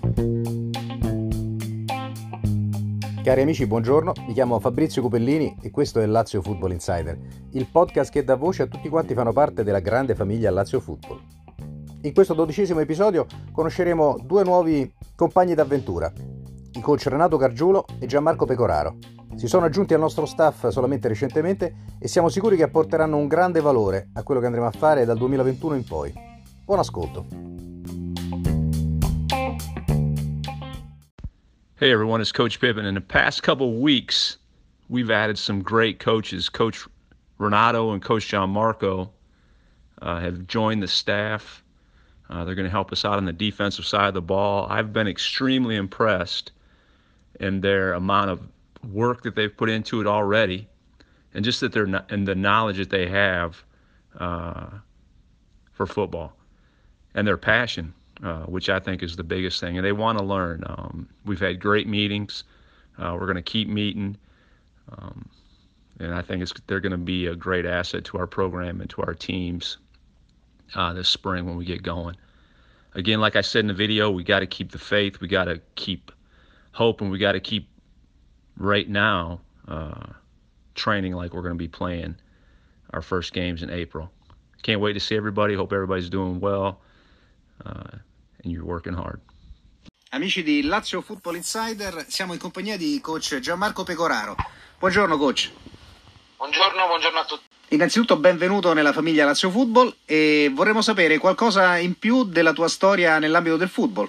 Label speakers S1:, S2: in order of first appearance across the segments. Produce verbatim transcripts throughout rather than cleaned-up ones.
S1: Cari amici, buongiorno, mi chiamo Fabrizio Cupellini e questo è Lazio Football Insider, il podcast che dà voce a tutti quanti fanno parte della grande famiglia Lazio Football. In questo dodicesimo episodio conosceremo due nuovi compagni d'avventura, i coach Renato Gargiulo e Gianmarco Pecoraro. Si sono aggiunti al nostro staff solamente recentemente e siamo sicuri che apporteranno un grande valore a quello che andremo a fare dal duemilaventuno in poi. Buon ascolto!
S2: Hey everyone, it's Coach Pippen. In the past couple of weeks, we've added some great coaches. Coach Renato and Coach Gianmarco uh, have joined the staff. Uh, they're going to help us out on the defensive side of the ball. I've been extremely impressed in their amount of work that they've put into it already, and just that they're not, and the knowledge that they have uh, for football, and their passion. Uh, which I think is the biggest thing, and they want to learn. Um, we've had great meetings. Uh, we're going to keep meeting, um, and I think it's, they're going to be a great asset to our program and to our teams uh, this spring when we get going. Again, like I said in the video, we got to keep the faith. We got to keep hope, and we got to keep right now uh, training like we're going to be playing our first games in April. Can't wait to see everybody. Hope everybody's doing well. Uh, and you're working hard.
S1: Amici di Lazio Football Insider, siamo in compagnia di coach Gianmarco Pecoraro. Buongiorno coach.
S3: Buongiorno, buongiorno a tutti.
S1: Innanzitutto benvenuto nella famiglia Lazio Football e vorremmo sapere qualcosa in più della tua storia nell'ambito del football.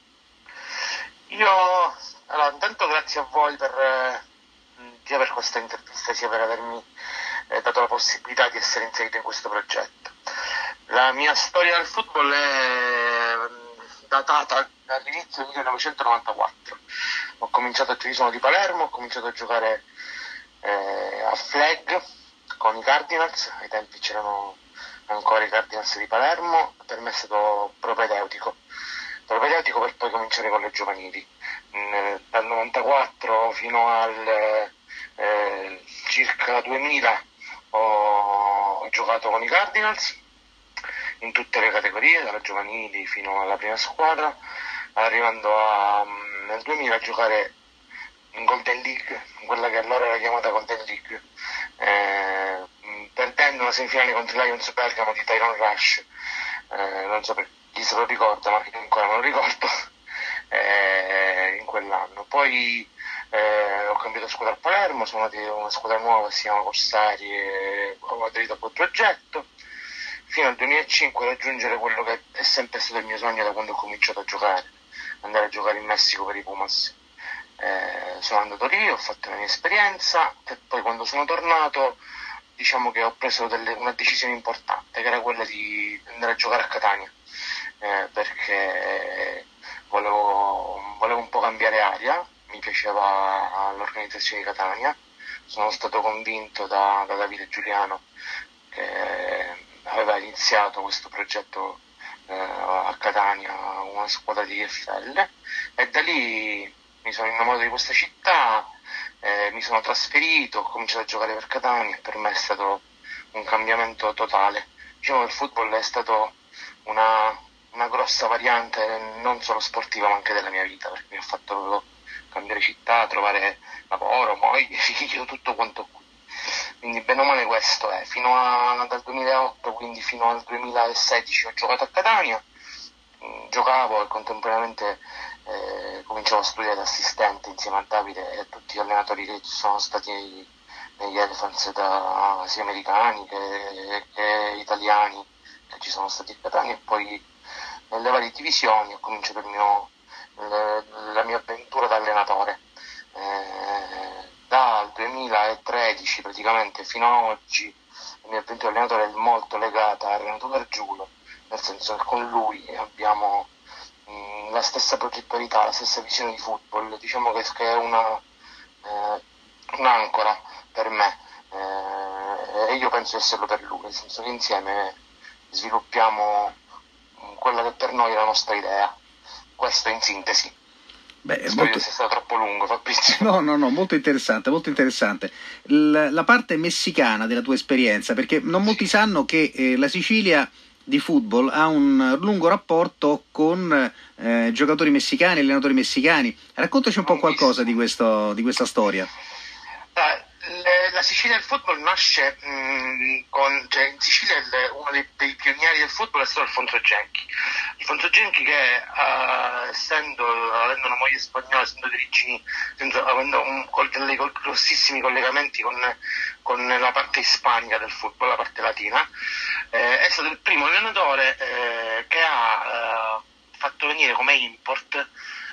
S3: Io, allora, intanto grazie a voi per, eh, sia per questa intervista sia per avermi eh, dato la possibilità di essere inserito in questo progetto. La mia storia del football è datata dall'inizio del millenovecentonovantaquattro. Ho cominciato a giocare, sono di Palermo, ho cominciato a giocare eh, a flag con i Cardinals, ai tempi c'erano ancora i Cardinals di Palermo, per me è stato propedeutico, propedeutico per poi cominciare con le giovanili. Nel, dal novantaquattro fino al eh, circa duemila ho, ho giocato con i Cardinals in tutte le categorie, dalla giovanili fino alla prima squadra, arrivando a, nel duemila a giocare in Golden League, quella che allora era chiamata Golden League, eh, perdendo una semifinale contro i Lions Bergamo di Tyron Rush, eh, non so per chi se lo ricorda, ma io ancora me lo ricordo, eh, in quell'anno. Poi eh, ho cambiato squadra a Palermo, sono andati a una squadra nuova che si chiama Corsari e ho aderito a quel progetto, fino al duemilacinque a raggiungere quello che è sempre stato il mio sogno da quando ho cominciato a giocare, andare a giocare in Messico per i Pumas. Eh, sono andato lì, ho fatto la mia esperienza e poi quando sono tornato diciamo che ho preso delle, una decisione importante, che era quella di andare a giocare a Catania, eh, perché volevo, volevo un po' cambiare aria, mi piaceva l'organizzazione di Catania, sono stato convinto da, da Davide Giuliano che aveva iniziato questo progetto eh, a Catania, una squadra di I F L, e da lì mi sono innamorato di questa città, eh, mi sono trasferito, ho cominciato a giocare per Catania e per me è stato un cambiamento totale. Diciamo che il football è stato una, una grossa variante non solo sportiva ma anche della mia vita, perché mi ha fatto proprio cambiare città, trovare lavoro, moglie, figlio, tutto quanto qui. Quindi bene o male questo è, fino a, dal duemilaotto, quindi fino al duemilasedici ho giocato a Catania, mh, giocavo e contemporaneamente eh, cominciavo a studiare da assistente insieme a Davide e a tutti gli allenatori che ci sono stati negli Elephants, da, sia americani che, che italiani che ci sono stati a Catania, e poi nelle varie divisioni ho cominciato il mio, le, la mia avventura da allenatore. Eh, dal duemilatredici praticamente fino a oggi il mio avventura allenatore è molto legata a Renato Gargiulo, nel senso che con lui abbiamo mh, la stessa progettualità, la stessa visione di football, diciamo che è una, eh, un'ancora per me, eh, e io penso di esserlo per lui, nel senso che insieme sviluppiamo quella che per noi è la nostra idea. Questo in sintesi.
S1: Beh,
S3: Spero
S1: molto...
S3: che sia stato troppo lungo, Fabrizio.
S1: No, no, no, molto interessante, molto interessante. L- la parte messicana della tua esperienza, perché non molti sanno che eh, la Sicilia
S4: di football ha un lungo rapporto con eh, giocatori messicani, allenatori messicani. Raccontaci un po' qualcosa di, questo, di questa storia.
S3: Eh, le, la Sicilia del football nasce mh, con, cioè in Sicilia il, uno dei, dei pionieri del football è stato Alfonso Genchi. Alfonso Genchi che uh, essendo, avendo una moglie spagnola, essendo di origini, essendo, avendo un, col, dei grossissimi collegamenti con, con la parte ispanica del football, la parte latina, eh, è stato il primo allenatore eh, che ha eh, fatto venire come import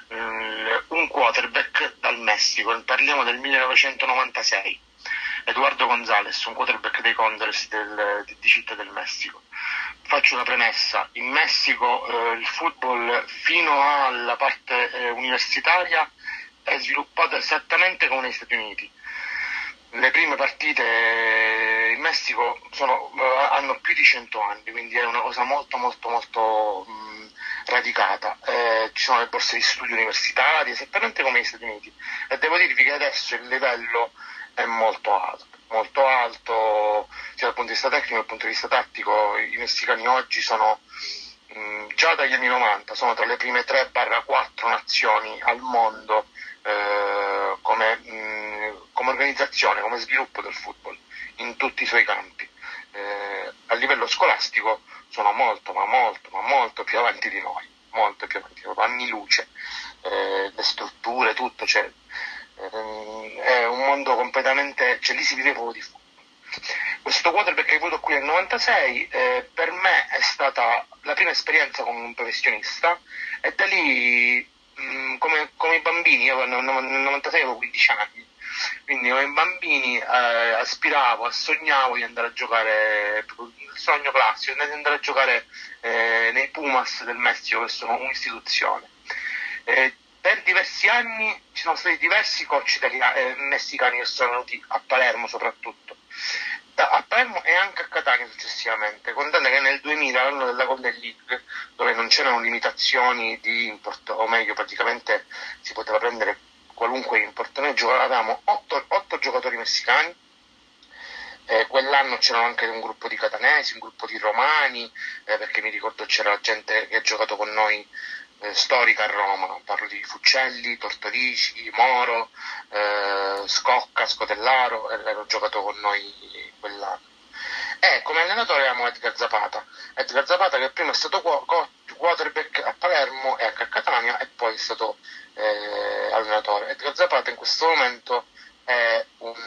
S3: un quarterback dal Messico. Parliamo del millenovecentonovantasei, Eduardo González, un quarterback dei Condors del, di Città del Messico. Faccio una premessa: in Messico eh, il football fino alla parte eh, universitaria è sviluppato esattamente come negli Stati Uniti. Le prime partite in Messico sono, hanno più di cento anni, quindi è una cosa molto molto molto mh, radicata. Eh, ci sono le borse di studio universitarie, esattamente come negli Stati Uniti, e devo dirvi che adesso il livello è molto alto, molto alto sia dal punto di vista tecnico che dal punto di vista tattico. I messicani oggi sono mh, già dagli anni novanta sono tra le prime tre quattro nazioni al mondo eh, come, mh, come organizzazione, come sviluppo del football in tutti i suoi campi. Eh, a livello scolastico sono molto ma molto ma molto più avanti di noi, molto più avanti di noi, anni luce, eh, le strutture, tutto, cioè, eh, è un mondo completamente, cioè lì si vive proprio di football. Questo quarterback che ho avuto qui nel novantasei eh, per me è stata la prima esperienza con un professionista, e da lì mh, come, come i bambini, io nel novantasei avevo quindici anni, quindi come i bambini eh, aspiravo, sognavo di andare a giocare, il sogno classico, di andare a giocare eh, nei Pumas del Messico, che sono un'istituzione. Eh, per diversi anni ci sono stati diversi coach italiani, eh, messicani che sono venuti a Palermo soprattutto, da, a Palermo e anche a Catania successivamente, contate che nel duemila, l'anno della Golden League, dove non c'erano limitazioni di import, o meglio praticamente si poteva prendere qualunque import, noi avevamo otto giocatori messicani. Eh, quell'anno c'era anche un gruppo di catanesi, un gruppo di romani, eh, perché mi ricordo c'era gente che ha giocato con noi eh, storica a Roma, parlo di Fuccelli, Tortorici, Moro, eh, Scocca, Scotellaro, e hanno giocato con noi quell'anno. E come allenatore avevamo Edgar Zapata, Edgar Zapata che prima è stato quarterback a Palermo e a Catania e poi è stato eh, allenatore. Edgar Zapata in questo momento è un,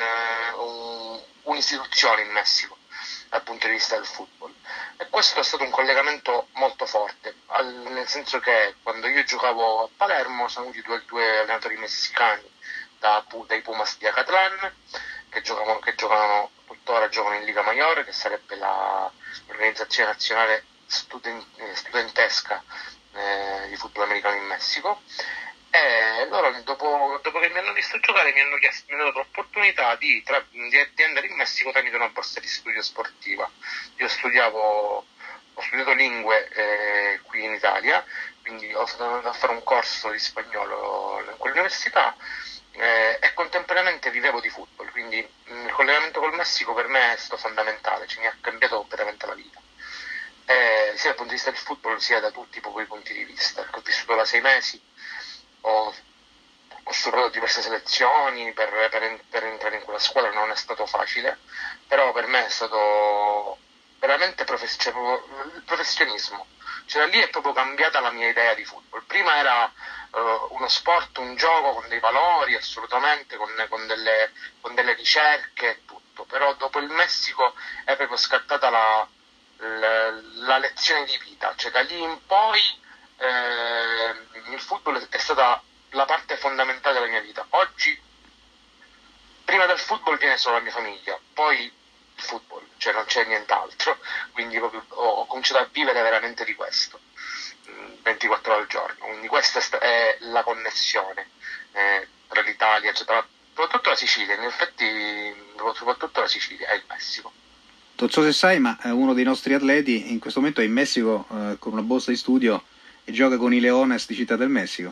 S3: un, un'istituzione in Messico dal punto di vista del football, e questo è stato un collegamento molto forte, al, nel senso che quando io giocavo a Palermo sono venuti due, due allenatori messicani da, dai Pumas di Acatlán che giocavano, che giocano tuttora giocano in Liga Mayor, che sarebbe la, l'organizzazione nazionale studen, studentesca eh, di football americano in Messico. E loro dopo, dopo che mi hanno visto giocare mi hanno chiesto, mi hanno dato l'opportunità di, tra, di, di andare in Messico tramite una borsa di studio sportiva. Io studiavo, ho studiato lingue eh, qui in Italia, quindi ho andato a fare un corso di spagnolo in quell'università eh, e contemporaneamente vivevo di football, quindi mh, il collegamento col Messico per me è stato fondamentale, cioè, mi ha cambiato completamente la vita. Eh, sia dal punto di vista del football sia da tutti proprio i punti di vista, perché ho vissuto da sei mesi. Ho, ho superato diverse selezioni per, per, per entrare in quella squadra, non è stato facile, però per me è stato veramente profes- cioè, proprio, il professionismo, cioè da lì è proprio cambiata la mia idea di football. Prima era uh, uno sport, un gioco con dei valori assolutamente, con, con, delle, con delle ricerche e tutto, però dopo il Messico è proprio scattata la, la, la lezione di vita, cioè da lì in poi Eh, il football è stata la parte fondamentale della mia vita. Oggi, prima del football viene solo la mia famiglia, poi il football, cioè non c'è nient'altro, quindi proprio ho cominciato a vivere veramente di questo, ventiquattro ore al giorno, quindi questa è la connessione eh, tra l'Italia, cioè tra, soprattutto la Sicilia, in effetti soprattutto la Sicilia e il Messico.
S4: Non so se sai, ma uno dei nostri atleti in questo momento è in Messico eh, con una borsa di studio e gioca con i Leones di Città del Messico.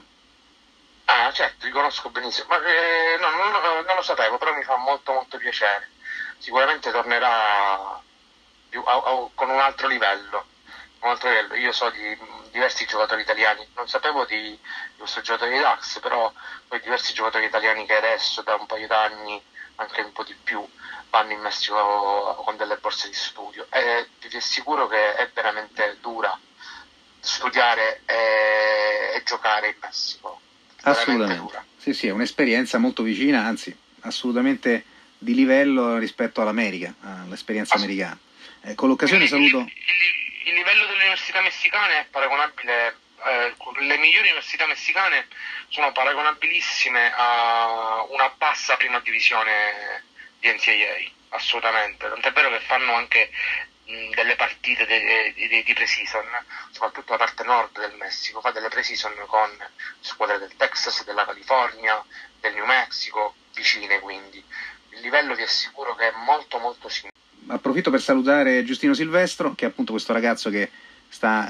S3: Ah, certo, li conosco benissimo, ma eh, no, non, non lo sapevo, però mi fa molto molto piacere. Sicuramente tornerà più, a, a, con un altro livello, un altro livello. Io so di diversi giocatori italiani, non sapevo di, di questo giocatore di Dax, però poi diversi giocatori italiani che adesso da un paio d'anni, anche un po' di più, vanno in Messico con delle borse di studio, e ti assicuro che è veramente dura studiare e, e giocare in Messico.
S4: Assolutamente, sì sì, è un'esperienza molto vicina, anzi assolutamente di livello rispetto all'America, all'esperienza
S3: Ass-
S4: americana. Eh, con l'occasione
S3: il,
S4: saluto...
S3: il, il, il livello delle università messicane è paragonabile, eh, le migliori università messicane sono paragonabilissime a una bassa prima divisione di N C A A, assolutamente, tant'è vero che fanno anche mh, delle partite di, di, di pre-season, soprattutto la parte nord del Messico, fa delle pre-season con squadre del Texas, della California, del New Mexico, vicine, quindi il livello vi assicuro che è molto molto simile.
S4: Approfitto per salutare Giustino Silvestro, che è appunto questo ragazzo che sta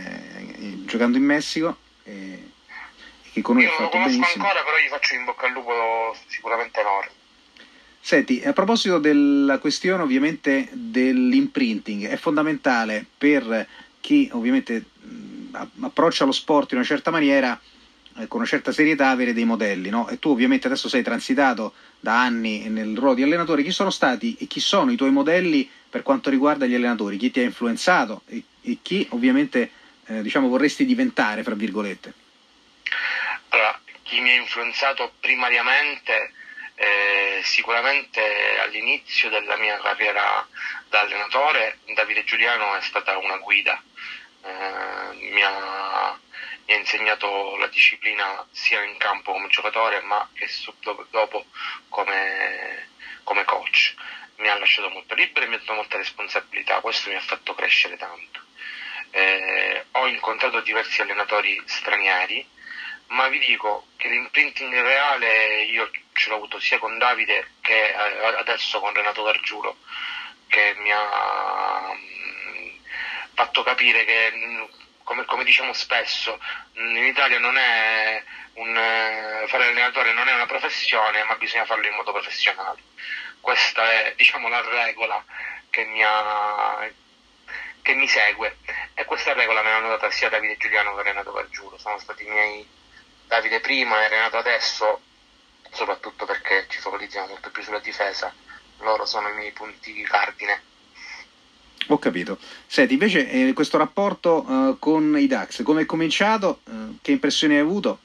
S4: eh, giocando in Messico e che con noi
S3: Io
S4: ha
S3: non lo
S4: fatto
S3: conosco
S4: benissimo.
S3: ancora, però gli faccio in bocca al lupo sicuramente enorme.
S4: Senti, a proposito della questione ovviamente dell'imprinting, è fondamentale per chi ovviamente mh, approccia lo sport in una certa maniera, eh, con una certa serietà, avere dei modelli, no? E tu ovviamente adesso sei transitato da anni nel ruolo di allenatore. Chi sono stati e chi sono i tuoi modelli per quanto riguarda gli allenatori? Chi ti ha influenzato e, e chi ovviamente eh, diciamo vorresti diventare, fra virgolette?
S3: Allora, chi mi ha influenzato primariamente, eh, sicuramente all'inizio della mia carriera da allenatore, Davide Giuliano è stata una guida, eh, mi, ha, mi ha insegnato la disciplina sia in campo come giocatore, ma che dopo come, come coach. Mi ha lasciato molto libero e mi ha dato molta responsabilità, questo mi ha fatto crescere tanto. Eh, ho incontrato diversi allenatori stranieri, ma vi dico che l'imprinting reale io ce l'ho avuto sia con Davide che adesso con Renato Gargiulo, che mi ha fatto capire che, come, come diciamo spesso, in Italia non è un, fare l'allenatore non è una professione, ma bisogna farlo in modo professionale. Questa è, diciamo, la regola che mi ha che mi segue, e questa regola me l'hanno data sia Davide Giuliano che Renato Gargiulo. Sono stati i miei Davide prima e Renato adesso, soprattutto perché ci focalizziamo molto più sulla difesa. Loro sono i miei punti cardine.
S4: Ho capito. Senti, invece eh, questo rapporto uh, con i Ducks, come è cominciato? Uh, che impressioni hai avuto?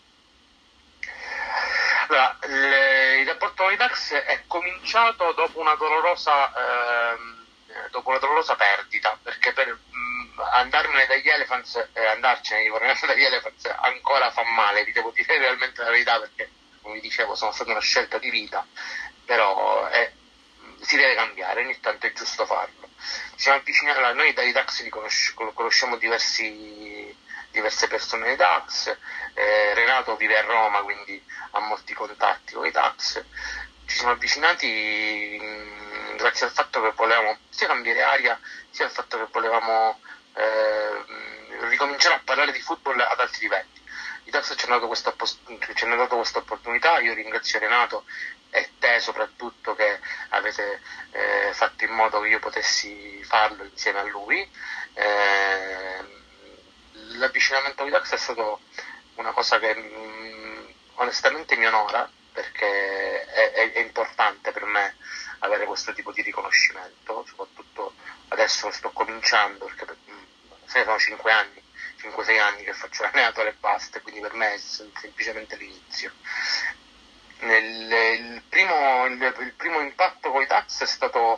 S3: Allora, le, il rapporto con i Ducks è cominciato dopo una dolorosa ehm, dopo una dolorosa perdita, perché per mh, andarmene dagli Elephants e andarcene dagli Elephants ancora fa male, vi devo dire realmente la verità, perché come vi dicevo sono stata una scelta di vita, però è, si deve cambiare, ogni tanto è giusto farlo. Siamo avvicinati, allora, noi dai Ducks conosci, conosciamo diversi, diverse persone dei Ducks, eh, Renato vive a Roma, quindi ha molti contatti con i Ducks. Ci siamo avvicinati mh, grazie al fatto che volevamo sia cambiare aria, sia al fatto che volevamo eh, ricominciare a parlare di football ad alti livelli. I Ducks ci hanno dato questa, ci hanno dato questa opportunità, io ringrazio Renato e te soprattutto che avete eh, fatto in modo che io potessi farlo insieme a lui. Eh, l'avvicinamento ai Ducks è stato una cosa che mh, onestamente mi onora, perché è, è, è importante per me avere questo tipo di riconoscimento, soprattutto adesso sto cominciando, perché per, sono cinque anni, cinque sei anni che faccio l'allenatore e basta, quindi per me è semplicemente l'inizio. Nel, il, primo, il, il primo impatto con i Ducks è stato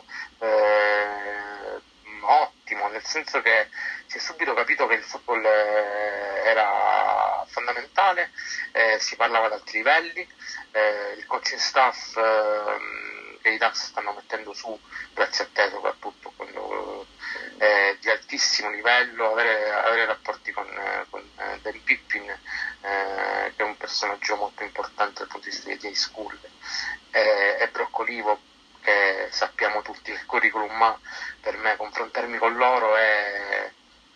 S3: eh, ottimo, nel senso che si è subito capito che il football eh, era fondamentale, eh, si parlava ad alti livelli, eh, il coaching staff eh, che i Ducks stanno mettendo su, grazie a te soprattutto, quando, eh, di altissimo livello, avere, avere rapporti con, con eh, Dan Pippin, eh, che è un personaggio molto importante dal punto di vista di school, eh, e Broccolivo, che sappiamo tutti il curriculum, ma per me confrontarmi con loro è,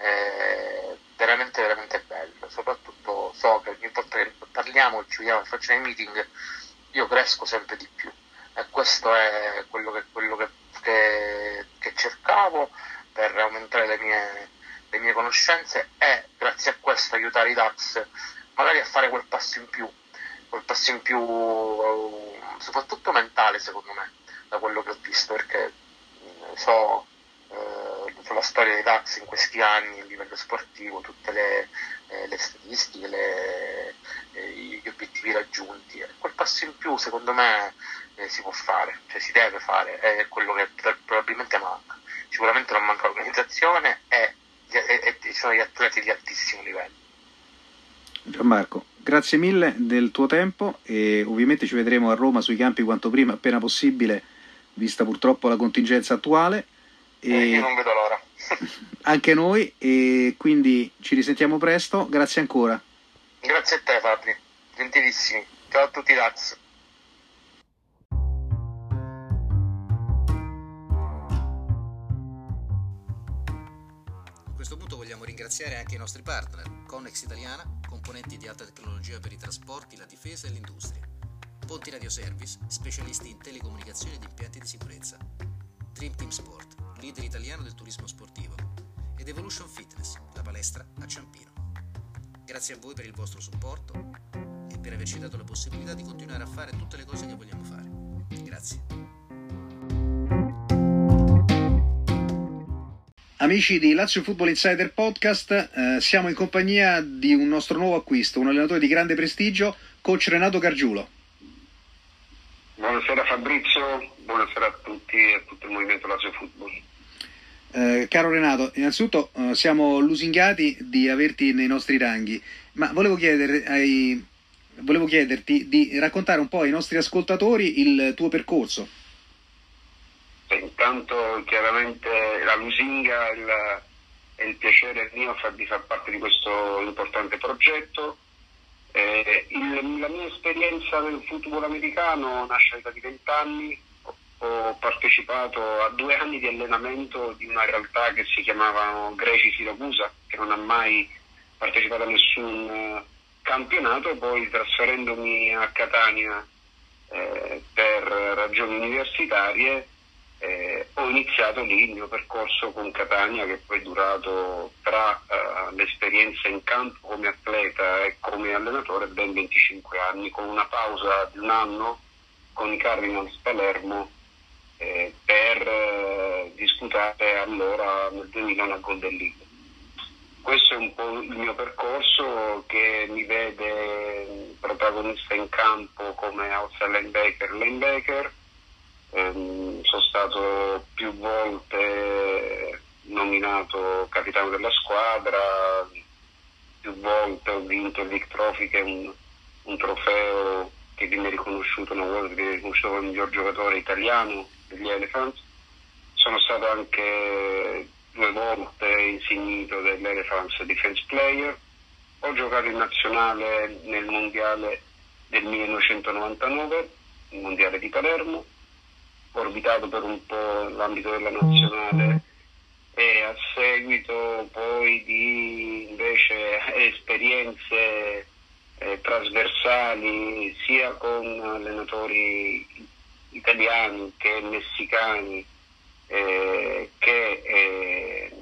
S3: è veramente veramente bello. Soprattutto so che ogni volta che parliamo, ci vediamo e facciamo i meeting, io cresco sempre di più, e questo è quello che, quello che, che, che cercavo per aumentare le mie, le mie conoscenze e grazie a questo aiutare i Ducks magari a fare quel passo in più, quel passo in più soprattutto mentale secondo me, da quello che ho visto, perché so eh, sulla storia dei Ducks in questi anni a livello sportivo, tutte le, eh, le statistiche, le, eh, gli obiettivi raggiunti, quel passo in più secondo me eh, si può fare, cioè si deve fare, è quello che probabilmente manca. Sicuramente non manca l'organizzazione e, e, e ci sono gli atleti di altissimo livello.
S4: Gianmarco, grazie mille del tuo tempo e ovviamente ci vedremo a Roma sui campi quanto prima, appena possibile, vista purtroppo la contingenza attuale. E
S3: eh, io non vedo l'ora.
S4: Anche noi, e quindi ci risentiamo presto. Grazie ancora.
S3: Grazie a te Fabri, gentilissimi. Ciao a tutti Daz.
S1: A questo punto vogliamo ringraziare anche i nostri partner, Connex Italiana, componenti di alta tecnologia per i trasporti, la difesa e l'industria, Ponti Radio Service, specialisti in telecomunicazioni ed impianti di sicurezza, Dream Team Sport, leader italiano del turismo sportivo, ed Evolution Fitness, la palestra a Ciampino. Grazie a voi per il vostro supporto e per averci dato la possibilità di continuare a fare tutte le cose che vogliamo fare. Grazie.
S4: Amici di Lazio Football Insider Podcast, eh, siamo in compagnia di un nostro nuovo acquisto, un allenatore di grande prestigio, coach Renato Gargiulo.
S5: Buonasera Fabrizio, buonasera a tutti e a tutto il movimento Lazio Football.
S4: Eh, caro Renato, innanzitutto eh, siamo lusingati di averti nei nostri ranghi, ma volevo, chiedere ai, volevo chiederti di raccontare un po' ai nostri ascoltatori il tuo percorso.
S5: Intanto chiaramente la lusinga e il, e il piacere mio di far parte di questo importante progetto. Eh, il, la mia esperienza nel football americano nasce all'età di venti anni, ho, ho partecipato a due anni di allenamento di una realtà che si chiamava Greci Siracusa, che non ha mai partecipato a nessun uh, campionato, poi trasferendomi a Catania eh, per ragioni universitarie Eh, ho iniziato lì il mio percorso con Catania, che poi è durato tra uh, l'esperienza in campo come atleta e come allenatore ben venticinque anni, con una pausa di un anno con i Cardinals Palermo eh, per eh, disputare allora nel duemila una Golden League. Questo è un po' il mio percorso, che mi vede protagonista in campo come outside linebacker, linebacker. Um, sono stato più volte nominato capitano della squadra, più volte ho vinto il League Trophy, che è un, un trofeo che viene riconosciuto, una volta che viene riconosciuto come miglior giocatore italiano degli Elephants. Sono stato anche due volte insignito dell'Elephants Defense Player. Ho giocato in nazionale nel mondiale del millenovecentonovantanove, il mondiale di Palermo. Ho orbitato per un po' l'ambito della nazionale e a seguito poi di invece esperienze eh, trasversali sia con allenatori italiani che messicani eh, che eh,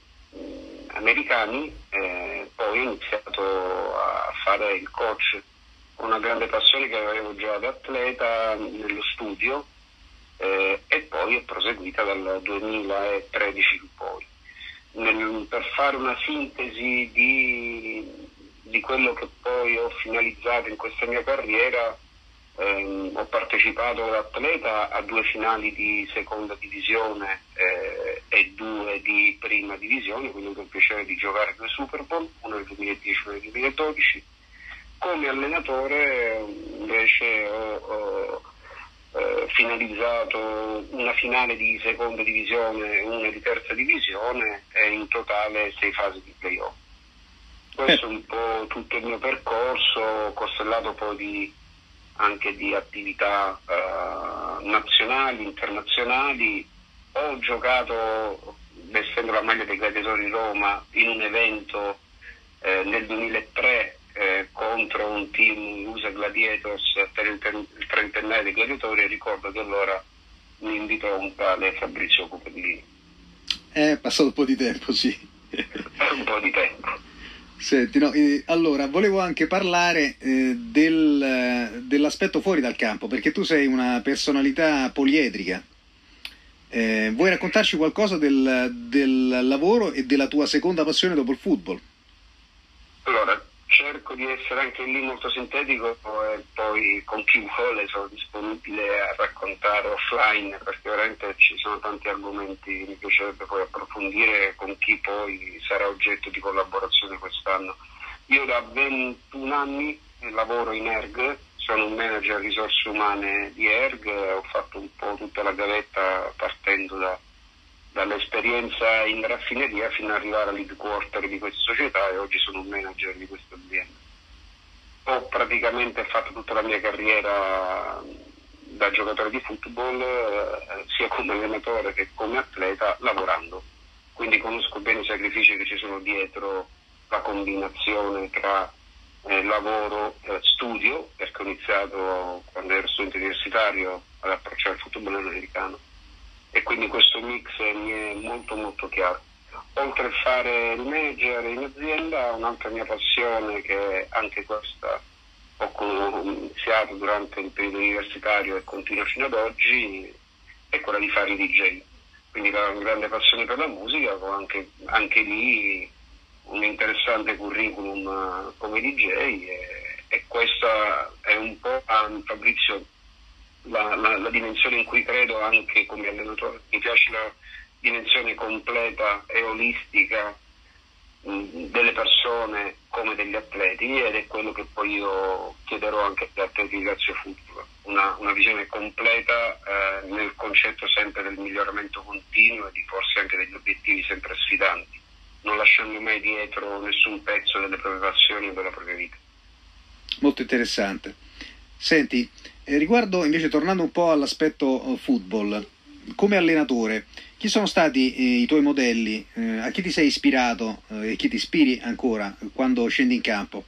S5: americani, eh, poi ho iniziato a fare il coach con una grande passione che avevo già da atleta nello studio. Eh, e poi è proseguita dal duemilatredici in poi. Nel, per fare una sintesi di, di quello che poi ho finalizzato in questa mia carriera, ehm, ho partecipato da atleta a due finali di seconda divisione eh, e due di prima divisione, quindi ho avuto il piacere di giocare due Super Bowl, uno nel duemiladieci e uno nel duemiladodici. Come allenatore invece ho, ho Eh, finalizzato una finale di seconda divisione e una di terza divisione e in totale sei fasi di playoff. Questo è un po' tutto il mio percorso, costellato poi di, anche di attività eh, nazionali, internazionali. Ho giocato, vestendo la maglia dei Gladiatori Roma, in un evento eh, nel duemilatré Eh, contro un team U S A Gladiators per il, il trentenario dei Gladiatori, e ricordo che allora mi invitò un tale Fabrizio Cupellini.
S4: È passato un po' di tempo, sì.
S5: È un po' di tempo.
S4: Senti, no, eh, allora volevo anche parlare eh, del, dell'aspetto fuori dal campo, perché tu sei una personalità poliedrica. Eh, vuoi raccontarci qualcosa del, del lavoro e della tua seconda passione dopo il football?
S5: Allora, cerco di essere anche lì molto sintetico e poi con chi vuole sono disponibile a raccontare offline, perché veramente ci sono tanti argomenti che mi piacerebbe poi approfondire con chi poi sarà oggetto di collaborazione quest'anno. Io da ventuno anni lavoro in Erg, sono un manager risorse umane di Erg, ho fatto un po' tutta la gavetta partendo da, dall'esperienza in raffineria fino ad arrivare all'headquarter di questa società e oggi sono un manager di questa azienda. Ho praticamente fatto tutta la mia carriera da giocatore di football, eh, sia come allenatore che come atleta, lavorando. Quindi conosco bene i sacrifici che ci sono dietro la combinazione tra eh, lavoro e studio, perché ho iniziato quando ero studente universitario ad approcciare il football americano e quindi questo mix mi è molto molto chiaro. Oltre a fare il manager in azienda, un'altra mia passione, che anche questa ho iniziato durante il periodo universitario e continua fino ad oggi, è quella di fare i D J. Quindi ho una grande passione per la musica, ho anche, anche lì un interessante curriculum come D J e, e questa è un po', Fabrizio, la, la, la dimensione in cui credo anche come allenatore. Mi piace la dimensione completa e olistica mh, delle persone come degli atleti, ed è quello che poi io chiederò anche agli atleti di Lazio Football, una, una visione completa eh, nel concetto sempre del miglioramento continuo e di porsi anche degli obiettivi sempre sfidanti, non lasciando mai dietro nessun pezzo delle proprie passioni o della propria vita.
S4: Molto interessante. Senti, eh, riguardo invece, tornando un po' all'aspetto uh, football, come allenatore, chi sono stati eh, i tuoi modelli? Eh, a chi ti sei ispirato eh, e chi ti ispiri ancora quando scendi in campo?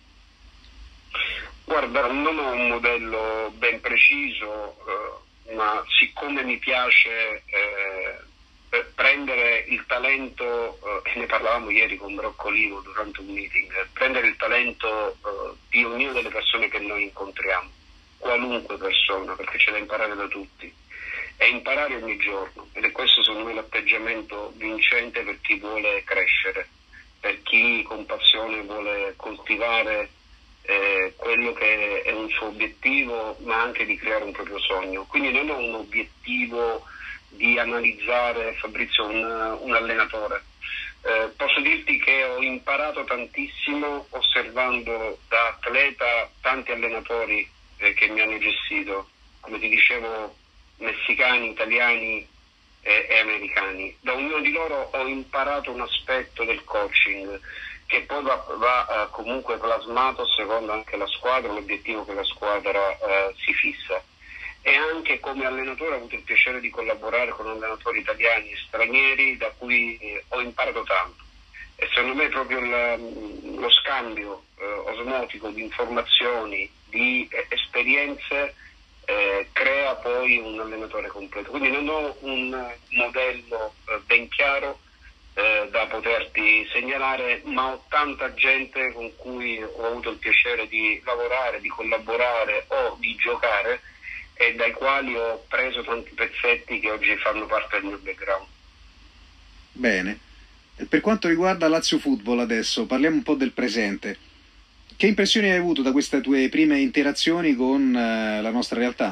S5: Guarda, non ho un modello ben preciso, eh, ma siccome mi piace eh, prendere il talento, eh, e ne parlavamo ieri con Broccolino durante un meeting, prendere il talento eh, di ognuna delle persone che noi incontriamo, qualunque persona, perché c'è da imparare da tutti, e imparare ogni giorno, ed è questo secondo me l'atteggiamento vincente per chi vuole crescere, per chi con passione vuole coltivare eh, quello che è un suo obiettivo, ma anche di creare un proprio sogno. Quindi non ho un obiettivo di analizzare, Fabrizio, un, un allenatore. Eh, posso dirti che ho imparato tantissimo osservando da atleta tanti allenatori eh, che mi hanno gestito, come ti dicevo, messicani, italiani e, e americani. Da ognuno di loro ho imparato un aspetto del coaching che poi va, va uh, comunque plasmato secondo anche la squadra, l'obiettivo che la squadra uh, si fissa. E anche come allenatore ho avuto il piacere di collaborare con allenatori italiani e stranieri da cui eh, ho imparato tanto. E secondo me proprio il, lo scambio eh, osmotico di informazioni, di eh, esperienze eh, crea poi un allenatore completo. Quindi non ho un modello eh, ben chiaro eh, da poterti segnalare, ma ho tanta gente con cui ho avuto il piacere di lavorare, di collaborare o di giocare, e dai quali ho preso tanti pezzetti che oggi fanno parte del mio background.
S4: Bene. Per quanto riguarda Lazio Football adesso, parliamo un po' del presente. Che impressioni hai avuto da queste tue prime interazioni con eh, la nostra realtà?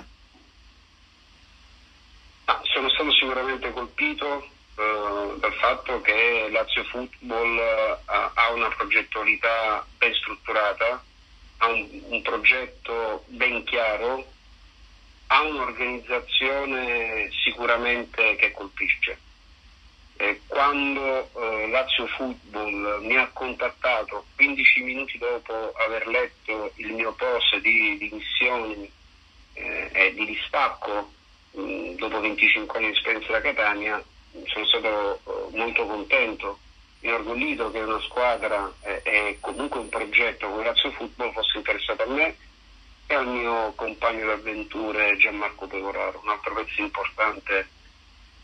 S5: Ah, sono stato sicuramente colpito eh, dal fatto che Lazio Football eh, ha una progettualità ben strutturata, ha un, un progetto ben chiaro, ha un'organizzazione sicuramente che colpisce. Eh, quando eh, Lazio Football mi ha contattato quindici minuti dopo aver letto il mio post di dimissioni eh, e di distacco mh, dopo venticinque anni di esperienza da Catania, sono stato eh, molto contento, inorgoglito che una squadra eh, e comunque un progetto come Lazio Football fosse interessato a me e al mio compagno d'avventure Gianmarco Pecoraro, un altro pezzo importante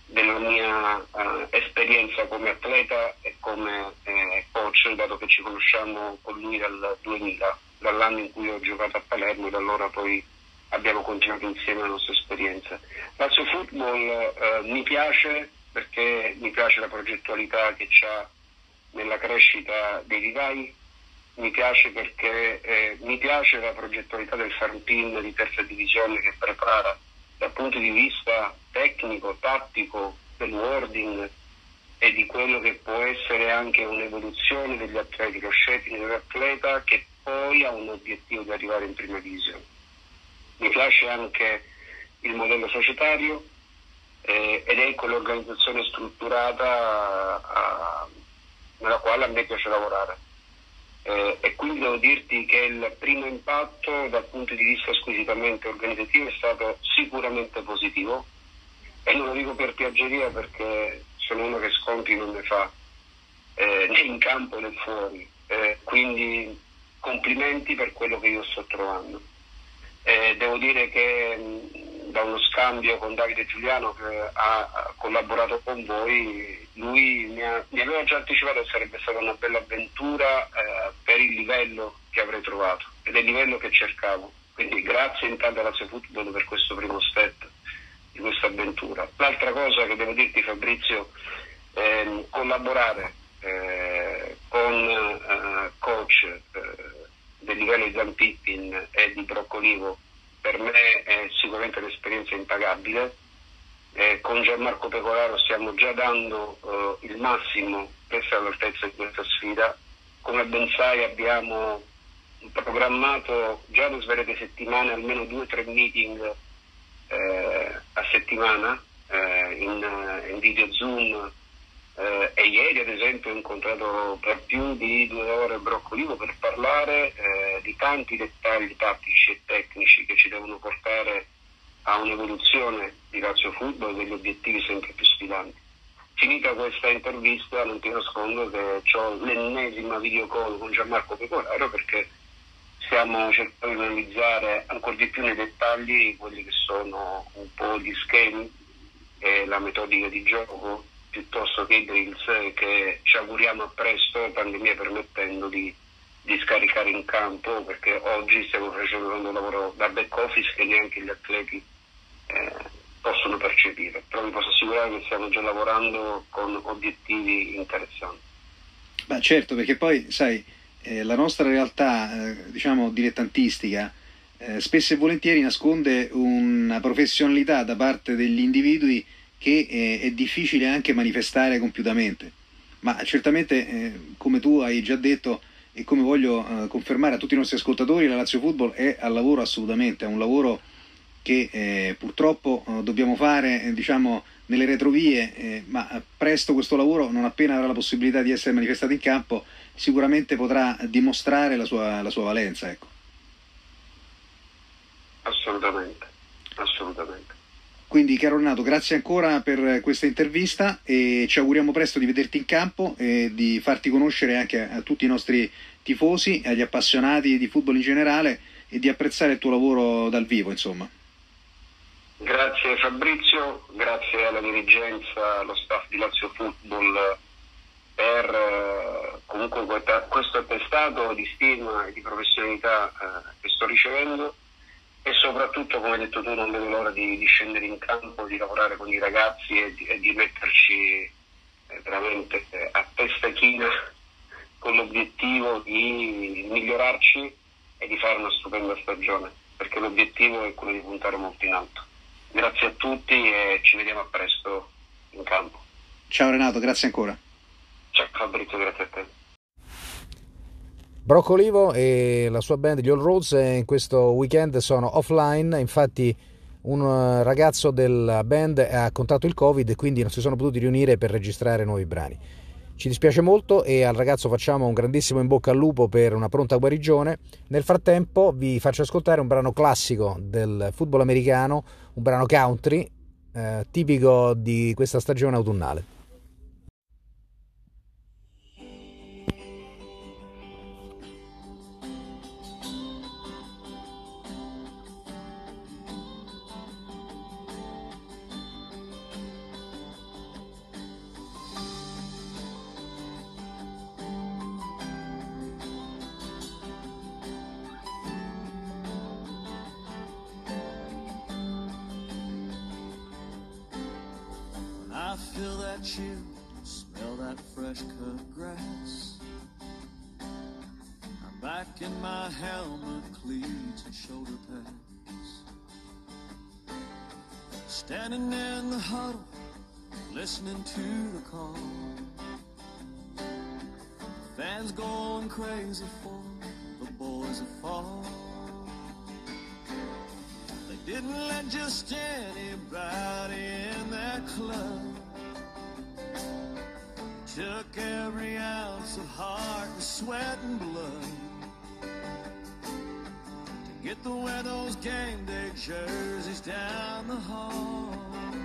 S5: della mia uh, esperienza come atleta e come eh, coach, dato che ci conosciamo con lui dal duemila, dall'anno in cui ho giocato a Palermo, e da allora poi abbiamo continuato insieme la nostra esperienza. Lazio Football eh, mi piace perché mi piace la progettualità che c'ha nella crescita dei vivai, mi piace perché eh, mi piace la progettualità del farm team di terza divisione che prepara dal punto di vista tecnico, tattico, del wording e di quello che può essere anche un'evoluzione degli atleti, lo shaping dell'atleta che poi ha un obiettivo di arrivare in prima divisione. Mi piace anche il modello societario eh, ed è quell'organizzazione strutturata a, nella quale a me piace lavorare. Eh, e quindi devo dirti che il primo impatto dal punto di vista squisitamente organizzativo è stato sicuramente positivo, e non lo dico per piaggeria perché sono uno che sconti non ne fa eh, né in campo né fuori, eh, quindi complimenti per quello che io sto trovando. Eh, devo dire che mh, da uno scambio con Davide Giuliano che ha, ha collaborato con voi, lui mi, ha, mi aveva già anticipato che sarebbe stata una bella avventura eh, per il livello che avrei trovato ed è il livello che cercavo, quindi grazie intanto a Lazio Football per questo primo step di questa avventura. L'altra cosa che devo dirti, Fabrizio, è collaborare eh, con eh, coach eh, del livello di Dan Pippin e di Broccolivo per me è sicuramente un'esperienza impagabile. Eh, con Gianmarco Pecoraro stiamo già dando eh, il massimo per essere all'altezza di questa sfida. Come ben sai abbiamo programmato già da svariate settimane almeno due o tre meeting eh, a settimana eh, in, in video Zoom eh, e ieri ad esempio ho incontrato per più di due ore Broccolivo per parlare eh, di tanti dettagli tattici e tecnici che ci devono portare a un'evoluzione di Lazio Football e degli obiettivi sempre più sfidanti. Finita questa intervista non ti nascondo che ho l'ennesima video call con Gianmarco Pecoraro perché stiamo cercando di analizzare ancora di più nei dettagli quelli che sono un po' gli schemi e la metodica di gioco piuttosto che i drills che ci auguriamo a presto, pandemia permettendo, di, di scaricare in campo, perché oggi stiamo facendo un lavoro da back office che neanche gli atleti eh, possono percepire, però vi posso assicurare che stiamo già lavorando con obiettivi interessanti.
S4: Beh, certo, perché poi sai eh, la nostra realtà eh, diciamo dilettantistica eh, spesso e volentieri nasconde una professionalità da parte degli individui che eh, è difficile anche manifestare compiutamente, ma certamente eh, come tu hai già detto e come voglio eh, confermare a tutti i nostri ascoltatori, la Lazio Football è al lavoro assolutamente, è un lavoro che eh, purtroppo eh, dobbiamo fare eh, diciamo nelle retrovie, eh, ma presto questo lavoro, non appena avrà la possibilità di essere manifestato in campo, sicuramente potrà dimostrare la sua, la sua valenza, ecco.
S5: Assolutamente, assolutamente.
S4: Quindi caro Renato, grazie ancora per questa intervista e ci auguriamo presto di vederti in campo e di farti conoscere anche a tutti i nostri tifosi, agli appassionati di football in generale e di apprezzare il tuo lavoro dal vivo, insomma.
S5: Grazie Fabrizio, grazie alla dirigenza, allo staff di Lazio Football per eh, comunque questo attestato di stima e di professionalità eh, che sto ricevendo e soprattutto, come hai detto tu, non vedo l'ora di, di scendere in campo, di lavorare con i ragazzi e di, e di metterci eh, veramente eh, a testa china con l'obiettivo di migliorarci e di fare una stupenda stagione, perché l'obiettivo è quello di puntare molto in alto. Grazie a tutti e ci vediamo a presto in campo.
S4: Ciao Renato, grazie ancora.
S5: Ciao Fabrizio, grazie a te.
S1: Broccolivo e la sua band, gli All Roads, in questo weekend sono offline, infatti un ragazzo della band ha contratto il Covid e quindi non si sono potuti riunire per registrare nuovi brani. Ci dispiace molto e al ragazzo facciamo un grandissimo in bocca al lupo per una pronta guarigione. Nel frattempo vi faccio ascoltare un brano classico del football americano, un brano country eh, tipico di questa stagione autunnale.
S6: that chill, smell that fresh cut grass. I'm back in my helmet, cleats and shoulder pads. Standing in the huddle, listening to the call. Fans going crazy for the boys that fall. They didn't let just anybody in that club. Took every ounce of heart and sweat and blood to get to wear those game day jerseys down the hall.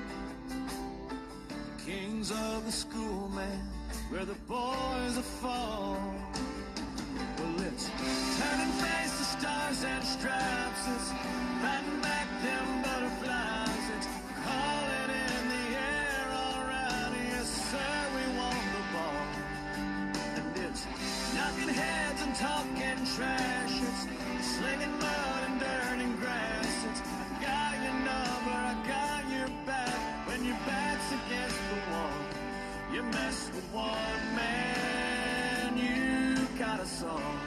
S6: The kings of the school, man, where the boys are fall. Well, it's turning face to stars and stripes. It's fighting back them butterflies. It's calling in the air all around. Yes, sir, we want the ball. And it's knocking heads and talking trash. It's slinging mud and dirt and grass. It's I got your number, I got your back. When your back's against the wall, you mess with one man, you got a song.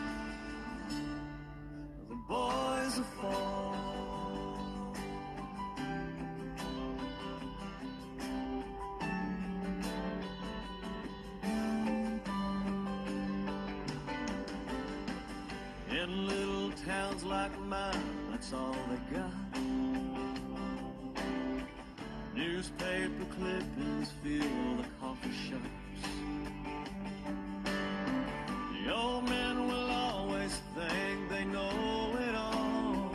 S6: The boys are fall. In little towns like mine, that's all they got. Newspaper clippings fill the coffee shops. The old men will always think they know it all.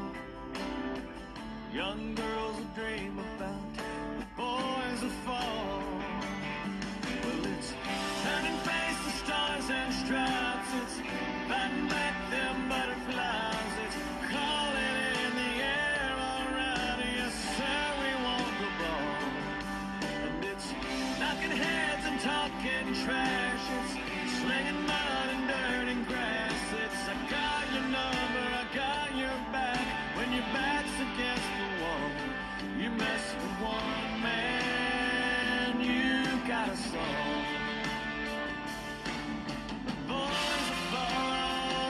S6: Young girls will dream about the boys that fall. Well, it's turning face to stars and stripes. It's fighting back them butterflies. It's calling in the air all around. Yes, sir, we want the ball. And it's knocking heads and talking trash. It's slinging mud and dirt and grass. It's I got your number, I got your back. When your back's against the wall, you mess with one man, you got a song. The boys are fall.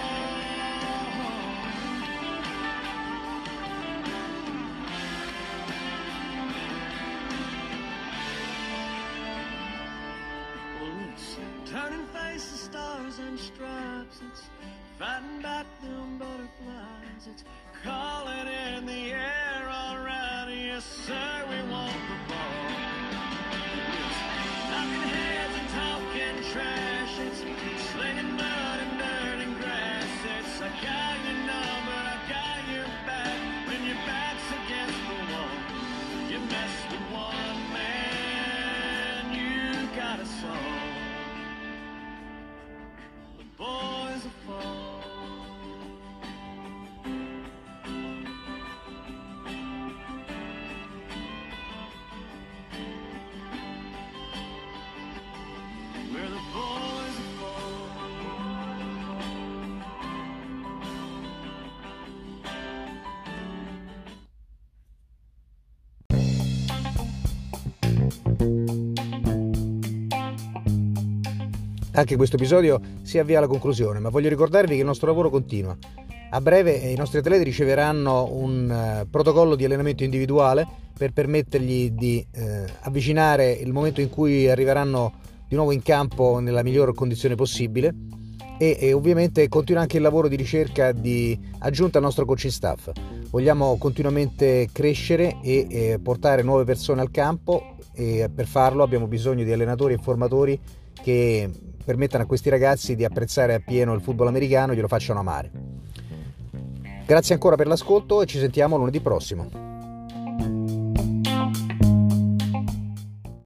S6: Turning face to stars and stripes. It's fighting back them butterflies. It's calling in the air all around. Yes, sir, we want the ball. It's knocking heads and talking trash. It's slinging mud and dirt and grass. It's I got your number, I got your back. When your back's against the wall, you mess with one man, you got a song. Boys are fall. We're the boys are fall.
S1: Anche questo episodio si avvia alla conclusione, ma voglio ricordarvi che il nostro lavoro continua. A breve i nostri atleti riceveranno un uh, protocollo di allenamento individuale per permettergli di uh, avvicinare il momento in cui arriveranno di nuovo in campo nella miglior condizione possibile e, e ovviamente continua anche il lavoro di ricerca di aggiunta al nostro coaching staff. Vogliamo continuamente crescere e, e portare nuove persone al campo e per farlo abbiamo bisogno di allenatori e formatori che permettano a questi ragazzi di apprezzare appieno il football americano e glielo facciano amare. Grazie ancora per l'ascolto e ci sentiamo lunedì prossimo.